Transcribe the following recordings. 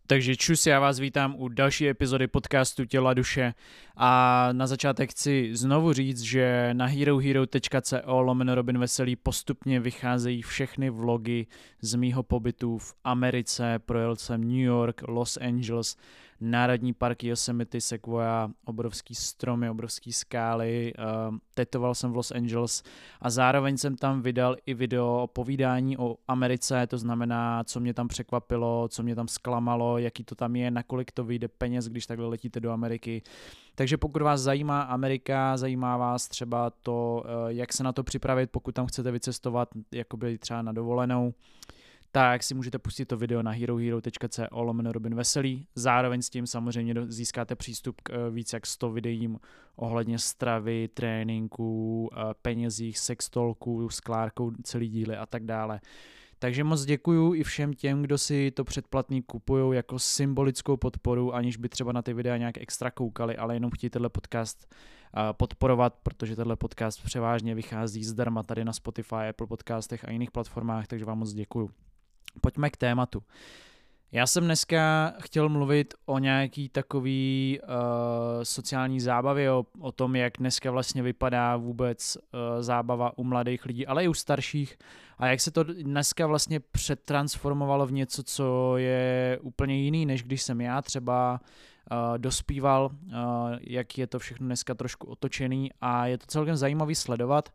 Takže čus, já vás vítám u další epizody podcastu Tělo a duše a na začátek chci znovu říct, že na herohero.co/Robin Veselý postupně vycházejí všechny vlogy z mýho pobytu v Americe. Projel jsem New York, Los Angeles, národní parky Yosemite, Sequoia, obrovský stromy, obrovský skály, tetoval jsem v Los Angeles a zároveň jsem tam vydal i video o povídání o Americe, to znamená, co mě tam překvapilo, co mě tam zklamalo, jaký to tam je, nakolik to vyjde peněz, když takhle letíte do Ameriky. Takže pokud vás zajímá Amerika, zajímá vás třeba to, jak se na to připravit, pokud tam chcete vycestovat, jakoby třeba na dovolenou, tak si můžete pustit to video na herohero.co/Robin Veselý. Zároveň s tím samozřejmě získáte přístup k víc jak 100 videím ohledně stravy, tréninku, penězích, sextolku, s Klárkou, celý díly a tak dále. Takže moc děkuju i všem těm, kdo si to předplatný kupujou jako symbolickou podporu, aniž by třeba na ty videa nějak extra koukali, ale jenom chtějí tenhle podcast podporovat, protože tenhle podcast převážně vychází zdarma tady na Spotify, Apple podcastech a jiných platformách, takže vám moc děkuju. Pojďme k tématu. Já jsem dneska chtěl mluvit o nějaký takový sociální zábavě, o tom, jak dneska vlastně vypadá vůbec zábava u mladých lidí, ale i u starších a jak se to dneska vlastně přetransformovalo v něco, co je úplně jiný, než když jsem já třeba dospíval, jak je to všechno dneska trošku otočený a je to celkem zajímavý sledovat.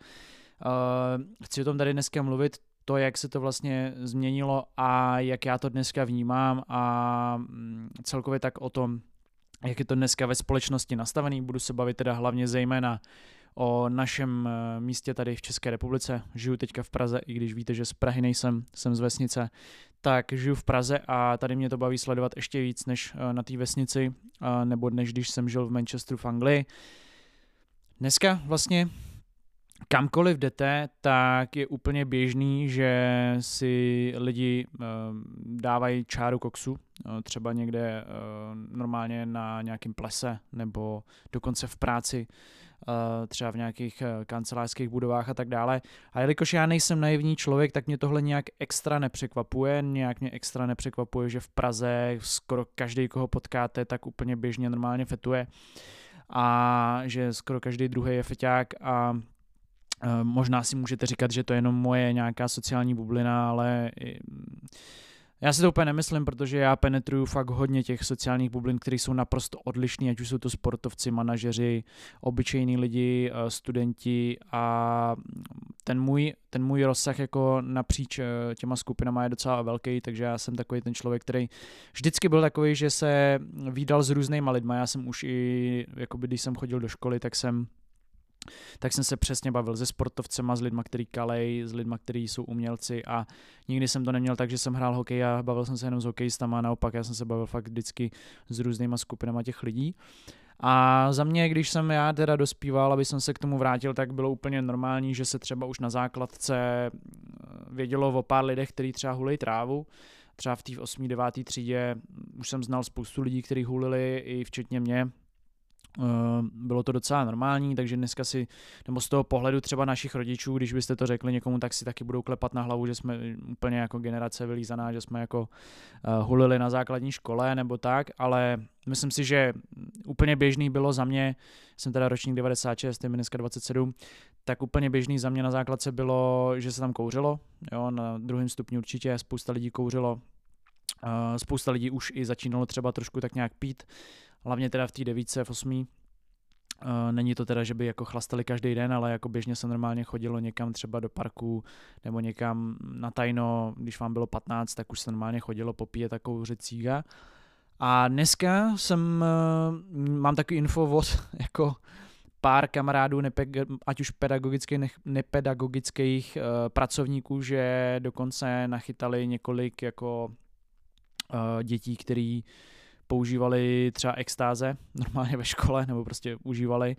Chci o tom tady dneska mluvit, to, jak se to vlastně změnilo a jak já to dneska vnímám a celkově tak o tom, jak je to dneska ve společnosti nastavený. Budu se bavit teda hlavně zejména o našem místě tady v České republice. Žiju teďka v Praze, i když víte, že z Prahy nejsem, jsem z vesnice, tak žiju v Praze a tady mě to baví sledovat ještě víc než na té vesnici, nebo než když jsem žil v Manchesteru v Anglii. Dneska vlastně kamkoliv jdete, tak je úplně běžný, že si lidi dávají čáru koksu, třeba někde normálně na nějakém plese nebo dokonce v práci, třeba v nějakých kancelářských budovách a tak dále. A jelikož já nejsem naivní člověk, tak mě tohle nějak extra nepřekvapuje, že v Praze skoro každý, koho potkáte, tak úplně běžně normálně fetuje a že skoro každý druhý je feťák a možná si můžete říkat, že to je jenom moje nějaká sociální bublina, ale já si to úplně nemyslím, protože já penetruju fakt hodně těch sociálních bublin, které jsou naprosto odlišný, ať už jsou to sportovci, manažeři, obyčejní lidi, studenti a ten můj rozsah jako napříč těma skupinama je docela velký, takže já jsem takový ten člověk, který vždycky byl takový, že se vídal s různýma lidma. Já jsem už i, jakoby když jsem chodil do školy, tak jsem se přesně bavil se sportovcema, s lidma, který kalej, s lidma, který jsou umělci a nikdy jsem to neměl tak, že jsem hrál hokej a bavil jsem se jenom s hokejistama a naopak já jsem se bavil fakt vždycky s různýma skupinama těch lidí. A za mě, když jsem já teda dospíval, aby jsem se k tomu vrátil, tak bylo úplně normální, že se třeba už na základce vědělo o pár lidech, kteří třeba hulej trávu. Třeba v té 8. 9. třídě už jsem znal spoustu lidí, kteří hulili, i včetně mě. Bylo to docela normální, takže dneska si, nebo z toho pohledu třeba našich rodičů, když byste to řekli někomu, tak si taky budou klepat na hlavu, že jsme úplně jako generace vylízaná, že jsme jako hulili na základní škole nebo tak, ale myslím si, že úplně běžný bylo za mě, jsem teda ročník 96, je mi dneska 27, tak úplně běžný za mě na základce bylo, že se tam kouřilo, jo, na 2. stupni určitě spousta lidí kouřilo, spousta lidí už i začínalo třeba trošku tak nějak pít, hlavně teda v té 9, v 8. Není to teda, že by jako chlastali každý den, ale jako běžně se normálně chodilo někam třeba do parku nebo někam na tajno, když vám bylo 15, tak už se normálně chodilo popíjet a kouřit cíga. A dneska mám takový info od jako pár kamarádů, ať už pedagogických, nepedagogických pracovníků, že dokonce nachytali několik jako dětí, který používali třeba extáze normálně ve škole, nebo prostě užívali.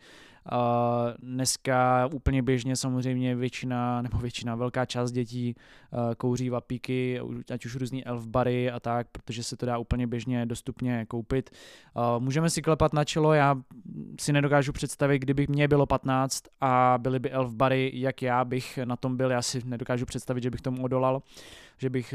Dneska úplně běžně samozřejmě velká část dětí kouří vapíky, ať už různý elfbary a tak, protože se to dá úplně běžně dostupně koupit. Můžeme si klepat na čelo, já si nedokážu představit, kdyby mě bylo 15 a byly by elfbary, jak já bych na tom byl, já si nedokážu představit, že bych tomu odolal. že bych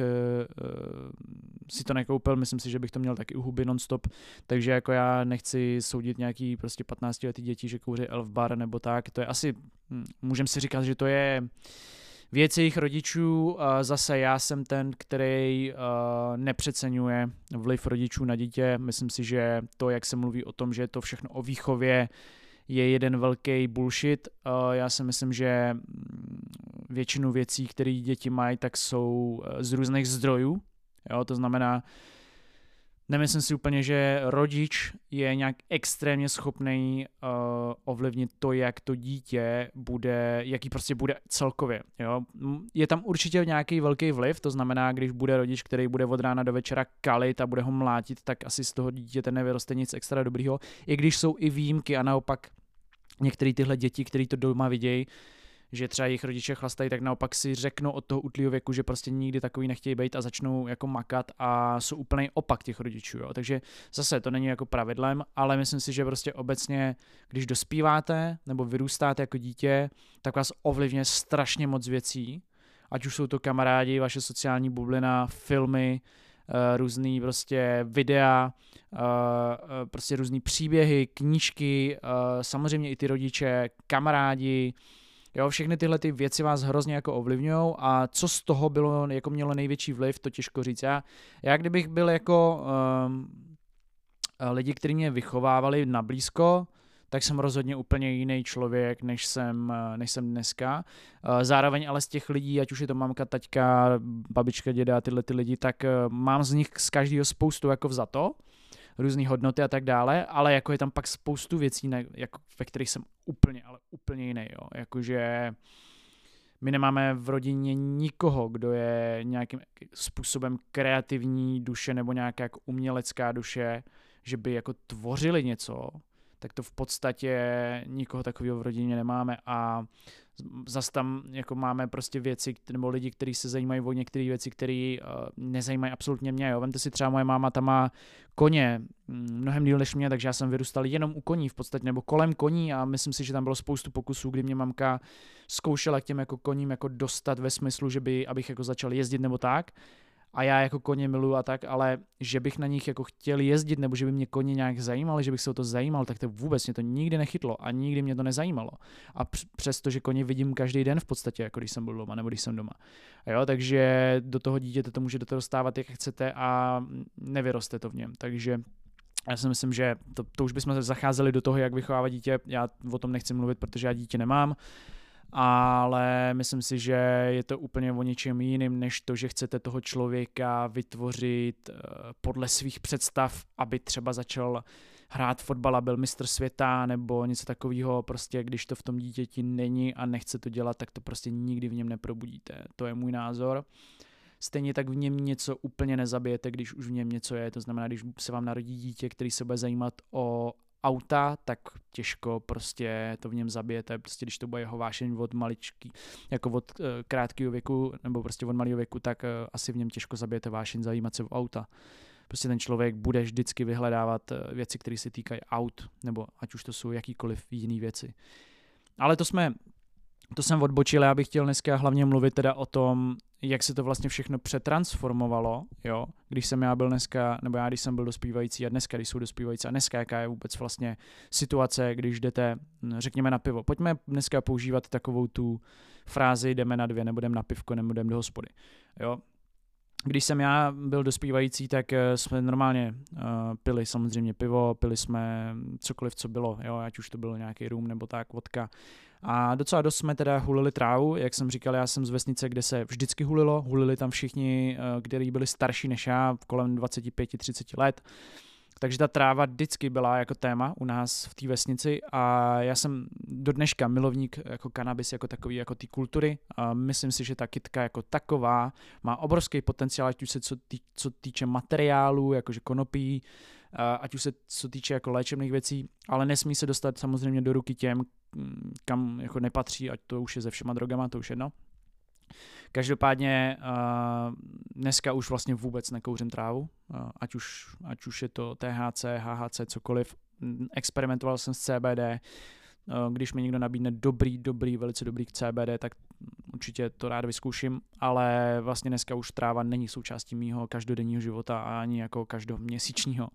si to nekoupil, myslím si, že bych to měl taky u huby non-stop, takže jako já nechci soudit nějaký prostě 15letý děti, že kouří Elf Bar nebo tak, to je asi, můžeme si říkat, že to je věc jejich rodičů, zase já jsem ten, který nepřeceňuje vliv rodičů na dítě, myslím si, že to, jak se mluví o tom, že je to všechno o výchově, je jeden velký bullshit. Já si myslím, že většinu věcí, které děti mají, tak jsou z různých zdrojů. Jo, to znamená, nemyslím si úplně, že rodič je nějak extrémně schopný ovlivnit to, jak to dítě bude, jaký prostě bude celkově. Jo. Je tam určitě nějaký velký vliv, to znamená, když bude rodič, který bude od rána do večera kalit a bude ho mlátit, tak asi z toho dítěte nevyroste nic extra dobrýho. I když jsou i výjimky a naopak některé tyhle děti, které to doma vidějí, že třeba jejich rodiče chlastají, tak naopak si řeknou od toho útlýho věku, že prostě nikdy takový nechtějí být a začnou jako makat a jsou úplný opak těch rodičů. Jo. Takže zase to není jako pravidlem, ale myslím si, že prostě obecně, když dospíváte nebo vyrůstáte jako dítě, tak vás ovlivňuje strašně moc věcí, ať už jsou to kamarádi, vaše sociální bublina, filmy, různý prostě videa, prostě různý příběhy, knížky, samozřejmě i ty rodiče, kamarádi. Jo, všechny tyhle ty věci vás hrozně jako ovlivňujou a co z toho bylo, jako mělo největší vliv, to těžko říct. Já kdybych byl jako lidi, kteří mě vychovávali na blízko, tak jsem rozhodně úplně jiný člověk, než jsem dneska. Zároveň ale z těch lidí, ať už je to mamka, taťka, babička, děda, tyhle ty lidi, tak mám z nich z každého spoustu jako vzato, různý hodnoty a tak dále, ale jako je tam pak spoustu věcí, jako, ve kterých jsem úplně jiný. Jo. Jakože my nemáme v rodině nikoho, kdo je nějakým způsobem kreativní duše nebo nějaká jako umělecká duše, že by jako tvořili něco, tak to v podstatě nikoho takového v rodině nemáme a zase tam jako máme prostě věci nebo lidi, kteří se zajímají o některé věci, které nezajímají absolutně mě. Jo. Vemte si třeba moje máma, tam má koně mnohem díl než mě, takže já jsem vyrůstal jenom u koní v podstatě, nebo kolem koní a myslím si, že tam bylo spoustu pokusů, kdy mě mamka zkoušela k těm jako koním jako dostat ve smyslu, že abych jako začal jezdit nebo tak. A já jako koně miluju a tak, ale že bych na nich jako chtěl jezdit, nebo že by mě koně nějak zajímaly, že bych se o to zajímal, tak to vůbec mě to nikdy nechytlo a nikdy mě to nezajímalo. A přesto, že koně vidím každý den v podstatě, jako když jsem byl doma, nebo když jsem doma. A jo, takže do toho dítěte to můžete dostávat, jak chcete a nevyroste to v něm. Takže já si myslím, že to už bychom zacházeli do toho, jak vychovávat dítě. Já o tom nechci mluvit, protože já dítě nemám. Ale myslím si, že je to úplně o něčem jiným, než to, že chcete toho člověka vytvořit podle svých představ, aby třeba začal hrát fotbal a byl mistr světa nebo něco takového, prostě když to v tom dítěti není a nechce to dělat, tak to prostě nikdy v něm neprobudíte. To je můj názor. Stejně tak v něm něco úplně nezabijete, když už v něm něco je. To znamená, když se vám narodí dítě, který se bude zajímat o auta, tak těžko prostě to v něm zabijete, prostě když to bude jeho vášeň od maličky, jako od krátkého věku, nebo prostě od malého věku, tak asi v něm těžko zabijete vášeň zajímat se o auta. Prostě ten člověk bude vždycky vyhledávat věci, které se týkají aut, nebo ať už to jsou jakýkoliv jiný věci. Ale to jsem odbočil, já bych chtěl dneska hlavně mluvit teda o tom, jak se to vlastně všechno přetransformovalo, jo, když jsem já byl dneska, nebo já když jsem byl dospívající a dneska, když jsou dospívající a dneska, jaká je vůbec vlastně situace, když jdete, řekněme, na pivo. Pojďme dneska používat takovou tu frázi jdeme na 2, nebo jdeme na pivko, nebo jdeme do hospody, jo. Když jsem já byl dospívající, tak jsme normálně pili samozřejmě pivo, pili jsme cokoliv, co bylo, jo, ať už to byl nějaký rum nebo tak, vodka. A docela dost jsme teda hulili trávu, jak jsem říkal, já jsem z vesnice, kde se vždycky hulili tam všichni, kteří byli starší než já, kolem 25-30 let. Takže ta tráva vždycky byla jako téma u nás v té vesnici a já jsem do dneška milovník jako kanabis, jako takový, jako té kultury a myslím si, že ta kytka jako taková má obrovský potenciál, ať už se co týče materiálu, jakože konopí, ať už se co týče jako léčebných věcí, ale nesmí se dostat samozřejmě do ruky těm, kam jako nepatří, ať to už je se všema drogama, to už jedno. Každopádně dneska už vlastně vůbec nekouřím trávu, ať už je to THC, HHC, cokoliv. Experimentoval jsem s CBD, když mi někdo nabídne velice dobrý CBD, tak určitě to rád vyzkouším, ale vlastně dneska už tráva není součástí mýho každodenního života a ani jako každoměsíčního.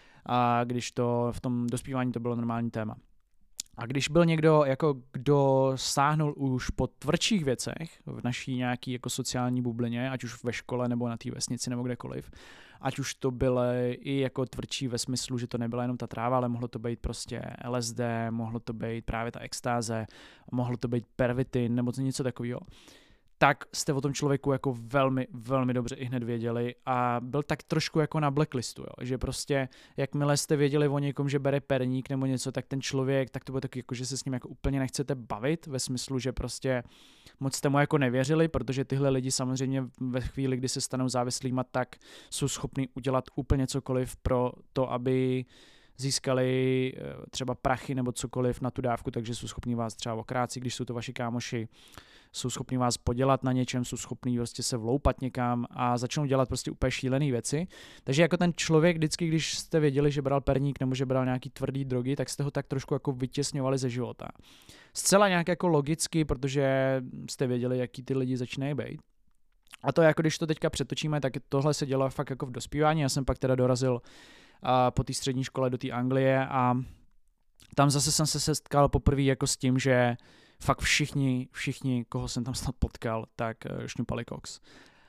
A když to v tom dospívání to bylo normální téma. A když byl někdo, jako kdo sáhnul už po tvrdších věcech v naší nějaký jako sociální bublině, ať už ve škole nebo na té vesnici nebo kdekoliv, ať už to byly i jako tvrdší ve smyslu, že to nebyla jenom ta tráva, ale mohlo to být prostě LSD, mohlo to být právě ta extáze, mohlo to být pervitin nebo něco takového, tak jste o tom člověku jako velmi, velmi dobře i hned věděli a byl tak trošku jako na blacklistu, jo? Že prostě jakmile jste věděli o někom, že bere perník nebo něco, tak ten člověk, tak to bylo taky jako, že se s ním jako úplně nechcete bavit ve smyslu, že prostě moc jste mu jako nevěřili, protože tyhle lidi samozřejmě ve chvíli, kdy se stanou závislýma, tak jsou schopní udělat úplně cokoliv pro to, aby získali třeba prachy nebo cokoliv na tu dávku, takže jsou schopní vás třeba okrácit, když jsou to vaši kámoši, jsou schopní vás podělat na něčem, jsou schopní prostě se vloupat někam a začnou dělat prostě úplně šílené věci. Takže jako ten člověk vždycky, když jste věděli, že bral perník nebo že bral nějaký tvrdý drogy, tak jste ho tak trošku jako vytěsňovali ze života. Zcela nějak jako logicky, protože jste věděli, jaký ty lidi začínají být. A to jako když to teďka přetočíme, tak tohle se dělo fakt jako v dospívání. Já jsem pak teda dorazil po té střední škole do té Anglie a tam zase jsem se setkal poprvé jako s tím, že fakt všichni, koho jsem tam snad potkal, tak šňupali koks.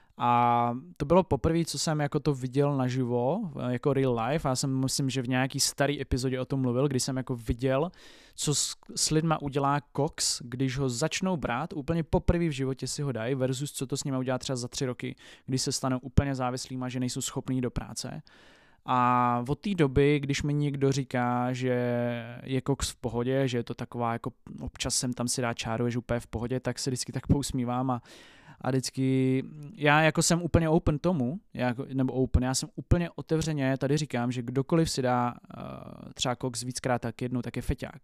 A to bylo poprvé, co jsem jako to viděl naživo, jako real life. Já jsem myslím, že v nějaký starý epizodě o tom mluvil, kdy jsem jako viděl, co s lidma udělá koks, když ho začnou brát, úplně poprvé v životě si ho dají, versus co to s nimi udělá třeba za 3 roky, kdy se stanou úplně závislýma, že nejsou schopní do práce. A od té doby, když mi někdo říká, že je koks v pohodě, že je to taková, jako občas jsem tam si dá čáru, že úplně v pohodě, tak se vždycky tak pousmívám a vždycky, já jako jsem úplně open tomu, já jsem úplně otevřeně tady říkám, že kdokoliv si dá třeba koks víckrát tak jednou, tak je feťák.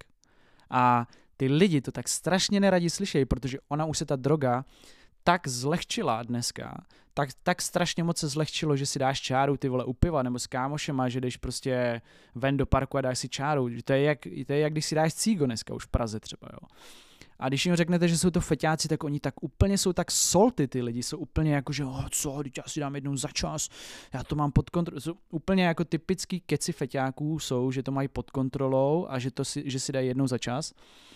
A ty lidi to tak strašně neradi slyšejí, protože ona už se ta droga tak zlehčila dneska, tak strašně moc se zlehčilo, že si dáš čáru ty vole u piva nebo s kámošema, že jdeš prostě ven do parku a dáš si čáru. To je jak když si dáš cígo dneska už v Praze třeba, jo. A když jim řeknete, že jsou to feťáci, tak oni tak úplně jsou tak salty, ty lidi jsou úplně jako, že co, já si dám jednou za čas, já to mám pod kontrolou. Jsou úplně jako typický keci feťáků jsou, že to mají pod kontrolou a že si dají jednou za čas.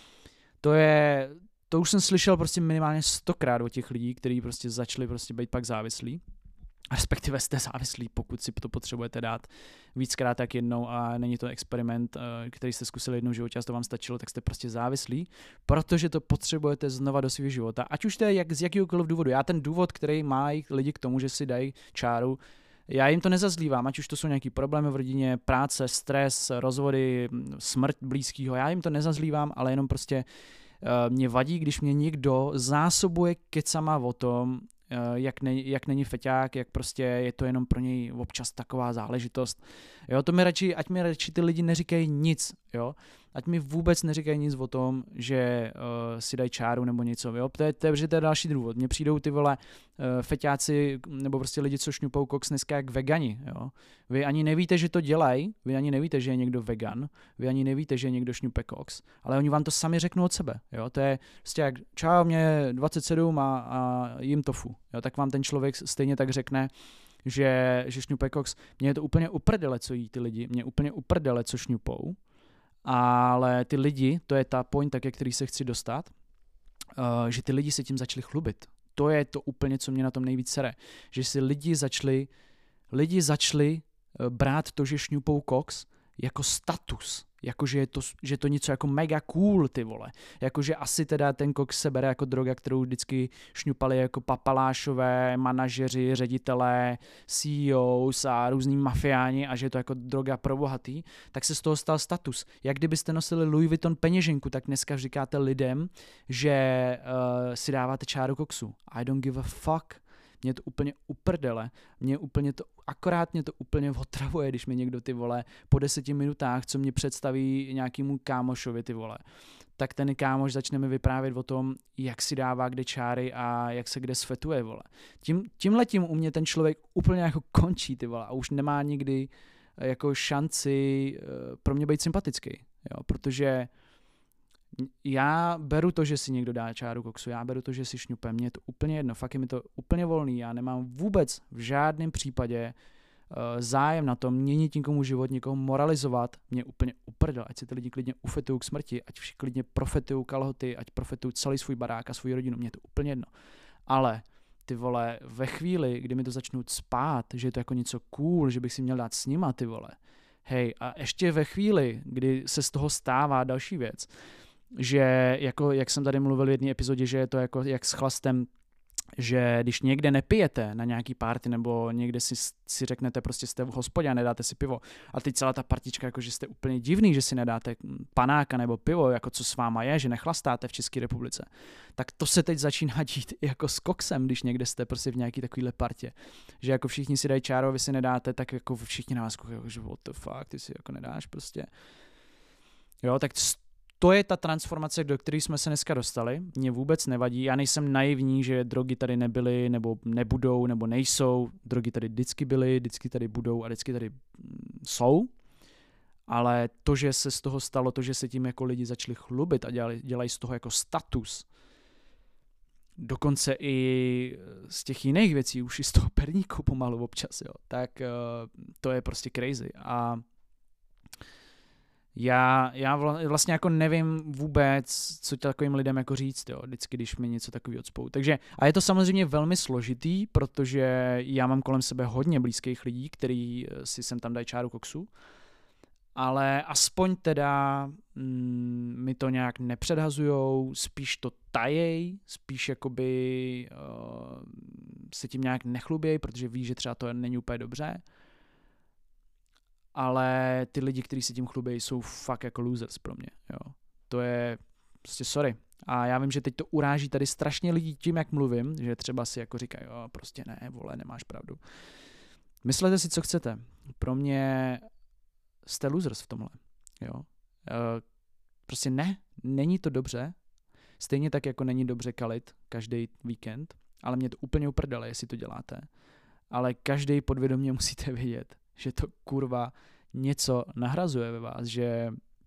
To už jsem slyšel prostě minimálně 100krát od těch lidí, kteří prostě začali prostě být pak závislí. Respektive jste závislí, pokud si to potřebujete dát víckrát tak jednou a není to experiment, který jste zkusili jednou v životě a to vám stačilo, tak jste prostě závislí, protože to potřebujete znova do svého života. Ať už to je z jakýhokoliv důvodu. Já ten důvod, který mají lidi k tomu, že si dají čáru, já jim to nezazlívám, ať už to jsou nějaký problémy v rodině, práce, stres, rozvody, smrt blízkého, já jim to nezazlívám, ale jenom prostě mě vadí, když mě někdo zásobuje kecama o tom, jak není feťák, jak prostě je to jenom pro něj občas taková záležitost. Jo, ať mi radši ty lidi neříkají nic, jo. Ať mi vůbec neříkají nic o tom, že si dají čáru nebo něco, jo. To je další důvod. Mně přijdou ty vole feťáci nebo prostě lidi, co šňupou koks dneska jak vegani, jo. Vy ani nevíte, že to dělají, vy ani nevíte, že je někdo vegan, vy ani nevíte, že je někdo šňupe koks, ale oni vám to sami řeknou od sebe, jo. To je prostě jak čau, mě 27 a jim tofu, jo. Tak vám ten člověk stejně tak řekne, že šňupe koks. Mně je to úplně uprdele, co jí ty lidi, mě úplně uprdele, co šňupou. Ale ty lidi, to je ta point, tak jak který se chci dostat, že ty lidi se tím začali chlubit. To je to úplně, co mě na tom nejvíc sere. Že si lidi začali brát to, že šňupou koks, jako status. Jakože je to něco jako mega cool, ty vole. Jakože asi teda ten koks se bere jako droga, kterou vždycky šňupali jako papalášové, manažeři, ředitelé, CEOs a různý mafiáni a že je to jako droga pro bohatý, tak se z toho stal status. Jak kdybyste nosili Louis Vuitton peněženku, tak dneska říkáte lidem, že si dáváte čáru koksu. I don't give a fuck. Mě to úplně uprdele, akorát mě to úplně otravuje, když mi někdo ty vole po 10 minutách, co mě představí nějakému kámošovi ty vole, tak ten kámoš začne mi vyprávět o tom, jak si dává kde čáry a jak se kde svetuje, vole. Tímhletím u mě ten člověk úplně jako končí, ty vole, a už nemá nikdy jako šanci pro mě být sympatický, jo, protože Já beru to, že si někdo dá čáru koksu, já beru to, že si šňupe, mně je to úplně jedno, fakt je mi to úplně volný, já nemám vůbec v žádném případě zájem na tom měnit nikomu život, někoho moralizovat, mě úplně uprdel, ať si ty lidi klidně ufetují k smrti, ať všichni klidně profetují kalhoty, ať profetují celý svůj barák a svou rodinu, mě je to úplně jedno. Ale ty vole, ve chvíli, kdy mi to začnou cpát, že je to jako něco cool, že bych si měl dát s nima, ty vole, hej, a ještě ve chvíli, kdy se z toho stává další věc, že jako, jak jsem tady mluvil v jedné epizodě, že je to jako jak s chlastem, že když někde nepijete na nějaký party nebo někde si řeknete, prostě jste v hospodě a nedáte si pivo a teď celá ta partička, jako že jste úplně divný, že si nedáte panáka nebo pivo, jako co s váma je, že nechlastáte v České republice, tak to se teď začíná dít jako s koksem, když někde jste prostě v nějaký takovýhle partě, že jako všichni si dají čáru a vy si nedáte, tak jako všichni na vás koukají, že what the fuck, ty si jako nedáš prostě. Jo, tak to je ta transformace, do které jsme se dneska dostali. Mně vůbec nevadí. Já nejsem naivní, že drogy tady nebyly, nebo nebudou, nebo nejsou. Drogy tady vždycky byly, vždycky tady budou a vždycky tady jsou. Ale to, že se z toho stalo, to, že se tím jako lidi začali chlubit a dělají z toho jako status, dokonce i z těch jiných věcí, už i z toho perníku pomalu občas, jo, tak to je prostě crazy. A já vlastně jako nevím vůbec, co takovým lidem jako říct, jo, vždycky, když mi něco takového odspou. Takže, a je to samozřejmě velmi složitý, protože já mám kolem sebe hodně blízkých lidí, kteří si sem tam dají čáru koksu, ale aspoň teda mi to nějak nepředhazujou, spíš to tajej, spíš jakoby se tím nějak nechlubějí, protože ví, že třeba to není úplně dobře. Ale ty lidi, kteří se tím chlubějí, jsou fakt jako losers pro mě, jo. To je prostě sorry. A já vím, že teď to uráží tady strašně lidí tím, jak mluvím, že třeba si jako říkají, jo, prostě ne, vole, nemáš pravdu. Myslete si, co chcete. Pro mě jste losers v tomhle, jo. Prostě ne, není to dobře. Stejně tak, jako není dobře kalit každý víkend, ale mě to úplně uprdele, jestli to děláte. Ale každý podvědomě musíte vědět, že to kurva něco nahrazuje ve vás, že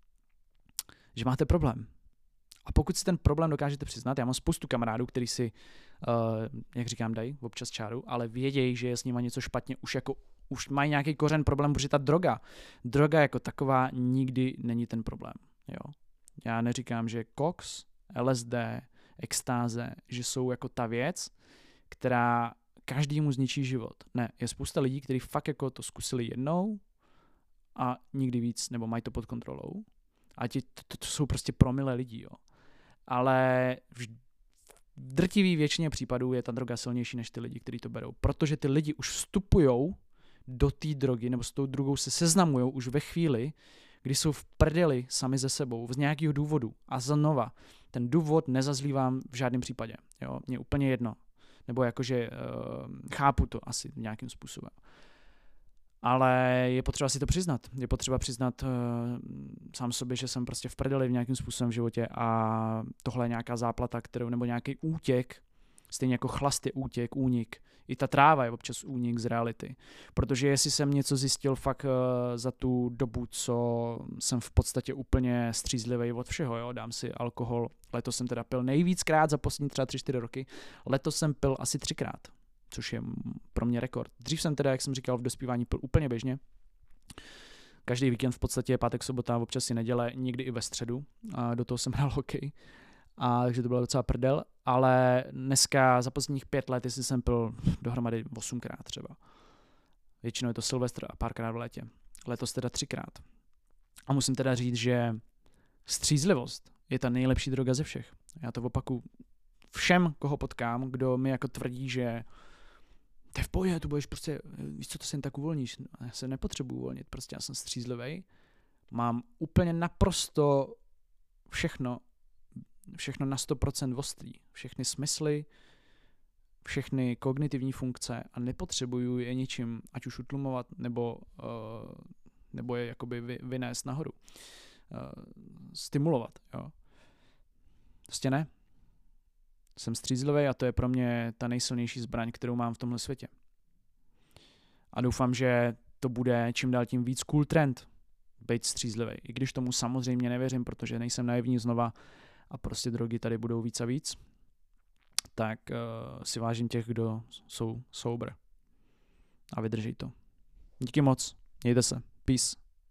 máte problém. A pokud si ten problém dokážete přiznat, já mám spoustu kamarádů, kteří si, jak říkám, dají občas čáru, ale vědějí, že je s nima něco špatně, už mají nějaký kořen problém, protože ta droga jako taková nikdy není ten problém. Jo? Já neříkám, že koks, LSD, extáze, že jsou jako ta věc, která každému zničí život. Ne, je spousta lidí, kteří fakt jako to zkusili jednou a nikdy víc, nebo mají to pod kontrolou. A to jsou prostě promile lidí, jo. Ale v drtivý většině případů je ta droga silnější než ty lidi, kteří to berou. Protože ty lidi už vstupujou do té drogy, nebo s tou drogou se seznamujou už ve chvíli, kdy jsou v prdeli sami ze sebou, z nějakého důvodu. A znova, ten důvod nezazlívám v žádném případě. Jo? Mně úplně jedno. Nebo jakože chápu to asi nějakým způsobem. Ale je potřeba si to přiznat. Je potřeba přiznat sám sobě, že jsem prostě v prdeli v nějakým způsobem v životě a tohle je nějaká záplata, nebo nějaký útěk, stejně jako chlast je útěk, únik. I ta tráva je občas únik z reality. Protože jestli jsem něco zjistil fakt za tu dobu, co jsem v podstatě úplně střízlivý od všeho, jo? Dám si alkohol. Letos jsem teda pil nejvíckrát za poslední třeba 3-4 roky. Letos jsem pil asi 3krát, což je pro mě rekord. Dřív jsem teda, jak jsem říkal, v dospívání pil úplně běžně. Každý víkend v podstatě pátek, sobota, občas i neděle, někdy i ve středu. A do toho jsem hrál hokej. Takže to bylo docela prdel, ale dneska za posledních 5 let, jestli jsem pil dohromady 8krát třeba. Většinou je to Silvestr a párkrát v létě. Letos teda 3krát. A musím teda říct, že střízlivost je ta nejlepší droga ze všech. Já to opakuju všem, koho potkám, kdo mi jako tvrdí, že to je v pohodě, tu budeš prostě, víš co, to se jen tak uvolníš. Já se nepotřebuji uvolnit, prostě já jsem střízlivý. Mám úplně naprosto všechno na 100% ostrý. Všechny smysly, všechny kognitivní funkce a nepotřebuju je ničím, ať už utlumovat, nebo je jakoby vynést nahoru. Stimulovat, jo. Prostě ne. Jsem střízlivý a to je pro mě ta nejsilnější zbraň, kterou mám v tomhle světě. A doufám, že to bude čím dál tím víc cool trend, být střízlivý. I když tomu samozřejmě nevěřím, protože nejsem naivní znova, a prostě drogy tady budou víc a víc, tak si vážím těch, kdo jsou sober a vydrží to. Díky moc, mějte se, peace.